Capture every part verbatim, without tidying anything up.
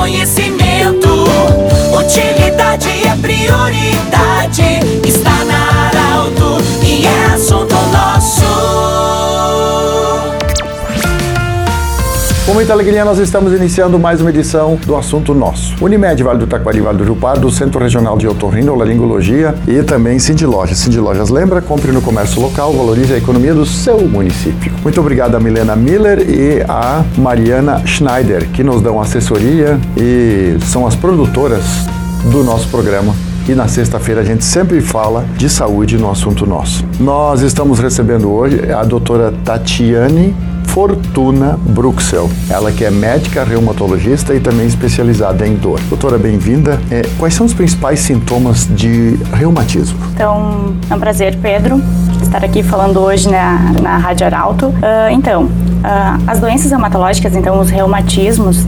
conhecimento. Utilidade é prioridade. Está na Arauto e é assunto nosso. Com muita alegria, nós estamos iniciando mais uma edição do Assunto Nosso. Unimed, Vale do Taquari, Vale do Rio Pardo, Centro Regional de Otorrinolaringologia e também Cindy Lojas. Cindy Lojas lembra, compre no comércio local, valorize a economia do seu município. Muito obrigado a Milena Miller e a Mariana Schneider, que nos dão assessoria e são as produtoras do nosso programa. E na sexta-feira a gente sempre fala de saúde no Assunto Nosso. Nós estamos recebendo hoje a doutora Tatiane Fortuna Bruxel, ela que é médica reumatologista e também especializada em dor. Doutora, bem-vinda. É, quais são os principais sintomas de reumatismo? Então, é um prazer, Pedro, estar aqui falando hoje na, na Rádio Arauto. Uh, então, uh, as doenças reumatológicas, então os reumatismos,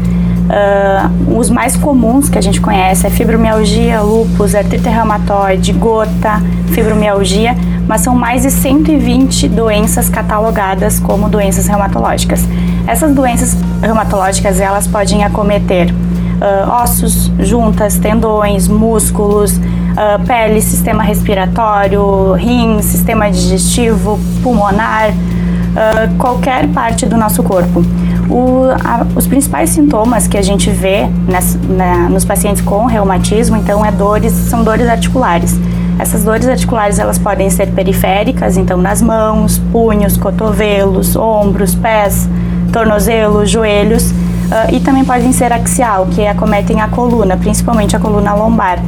uh, os mais comuns que a gente conhece é fibromialgia, lúpus, artrite reumatoide, gota, fibromialgia, mas são mais de cento e vinte doenças catalogadas como doenças reumatológicas. Essas doenças reumatológicas, elas podem acometer uh, ossos, juntas, tendões, músculos, uh, pele, sistema respiratório, rins, sistema digestivo, pulmonar, uh, qualquer parte do nosso corpo. O, a, os principais sintomas que a gente vê nas, na, nos pacientes com reumatismo, então, é dores, são dores articulares. Essas dores articulares, elas podem ser periféricas, então nas mãos, punhos, cotovelos, ombros, pés, tornozelos, joelhos, uh, e também podem ser axial, que acometem a coluna, principalmente a coluna lombar.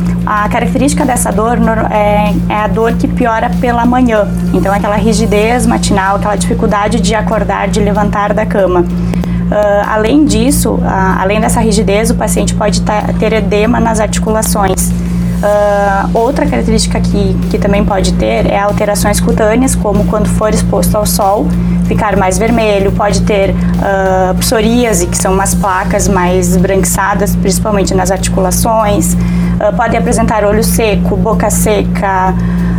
A característica dessa dor é, é a dor que piora pela manhã, então aquela rigidez matinal, aquela dificuldade de acordar, de levantar da cama. Uh, além disso, uh, além dessa rigidez, o paciente pode ter edema nas articulações. Uh, outra característica que, que também pode ter é alterações cutâneas, como quando for exposto ao sol, ficar mais vermelho, pode ter uh, psoríase, que são umas placas mais esbranquiçadas, principalmente nas articulações, uh, pode apresentar olho seco, boca seca,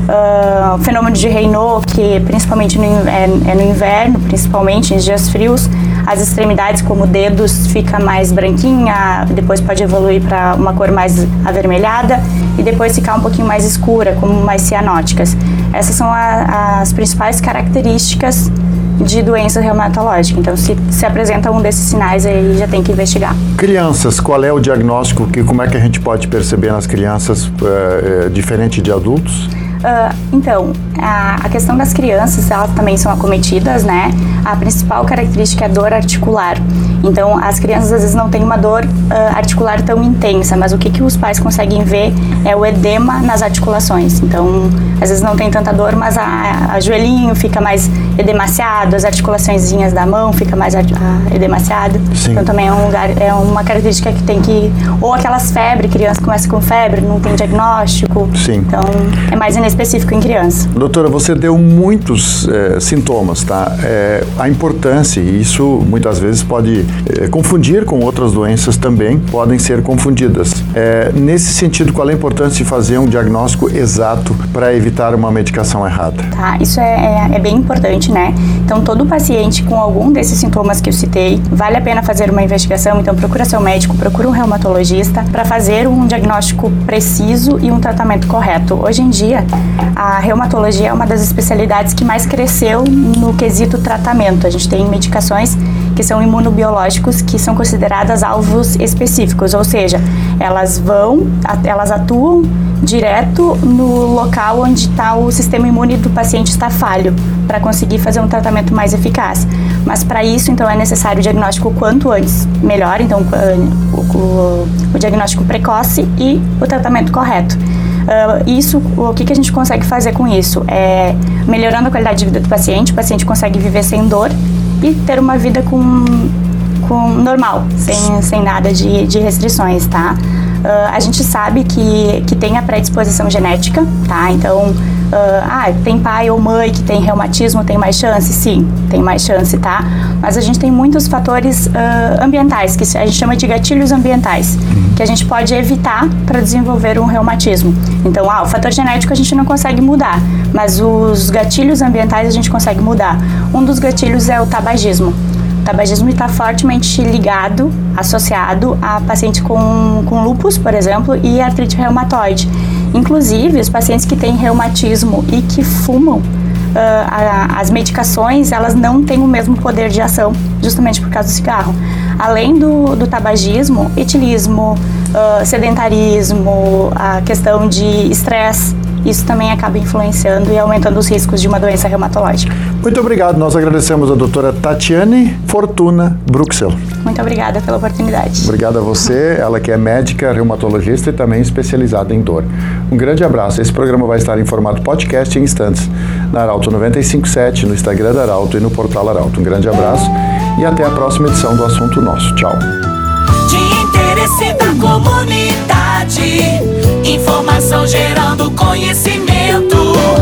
uh, fenômeno de Raynaud, que principalmente no, é, é no inverno, principalmente em dias frios, as extremidades, como dedos, fica mais branquinha, depois pode evoluir para uma cor mais avermelhada e depois ficar um pouquinho mais escura, como mais cianóticas. Essas são a, as principais características de doença reumatológica. Então, se, se apresenta um desses sinais, aí já tem que investigar. Crianças, qual é o diagnóstico? Que, como é que a gente pode perceber nas crianças, é, é, diferente de adultos? Uh, então, a, a questão das crianças, elas também são acometidas, né? A principal característica é dor articular. Então, as crianças às vezes não têm uma dor uh, articular tão intensa, mas o que, que os pais conseguem ver é o edema nas articulações. Então, às vezes não tem tanta dor, mas a, a joelhinho fica mais edemaciado, as articulaçõezinhas da mão fica mais edemaciado. Sim. Então, também é, um lugar, é uma característica que tem que... Ou aquelas febres, criança começa com febre, não tem diagnóstico. Sim. Então, é mais inespecífico em criança. Doutora, você deu muitos é, sintomas, tá? É, a importância, e isso muitas vezes pode é, confundir com outras doenças também, podem ser confundidas. É, nesse sentido, qual é a importância de fazer um diagnóstico exato para evitar uma medicação errada? Tá, isso é, é, é bem importante, né? Então, todo paciente com algum desses sintomas que eu citei, vale a pena fazer uma investigação, então procura seu médico, procura um reumatologista para fazer um diagnóstico preciso e um tratamento correto. Hoje em dia, a reumatologia é uma das especialidades que mais cresceu no quesito tratamento. A gente tem medicações que são imunobiológicos, que são consideradas alvos específicos, ou seja, elas vão, elas atuam direto no local onde está o sistema imune do paciente está falho, para conseguir fazer um tratamento mais eficaz. Mas para isso, então, é necessário o diagnóstico quanto antes, melhor, então, o, o, o diagnóstico precoce e o tratamento correto. Uh, isso, o que, que a gente consegue fazer com isso? É melhorando a qualidade de vida do paciente, o paciente consegue viver sem dor e ter uma vida com, com normal, sem, sem nada de, de restrições, tá? Uh, a gente sabe que, que tem a predisposição genética, tá? Então, uh, ah, tem pai ou mãe que tem reumatismo, tem mais chance? Sim, tem mais chance, tá? Mas a gente tem muitos fatores uh, ambientais, que a gente chama de gatilhos ambientais, que a gente pode evitar para desenvolver um reumatismo. Então, ah, o fator genético a gente não consegue mudar, mas os gatilhos ambientais a gente consegue mudar. Um dos gatilhos é o tabagismo. O tabagismo está fortemente ligado, associado a pacientes com, com lúpus, por exemplo, e artrite reumatoide. Inclusive, os pacientes que têm reumatismo e que fumam, Uh, a, as medicações, elas não têm o mesmo poder de ação, justamente por causa do cigarro. Além do, do tabagismo, etilismo, uh, sedentarismo, a questão de estresse, isso também acaba influenciando e aumentando os riscos de uma doença reumatológica. Muito obrigado. Nós agradecemos a doutora Tatiane Fortuna Bruxel. Muito obrigada pela oportunidade. Obrigado a você, ela que é médica, reumatologista e também especializada em dor. Um grande abraço. Esse programa vai estar em formato podcast em instantes, na Arauto noventa e cinco ponto sete, no Instagram da Arauto e no portal Arauto. Um grande abraço e até a próxima edição do Assunto Nosso. Tchau. De interesse da comunidade, informação gerando conhecimento.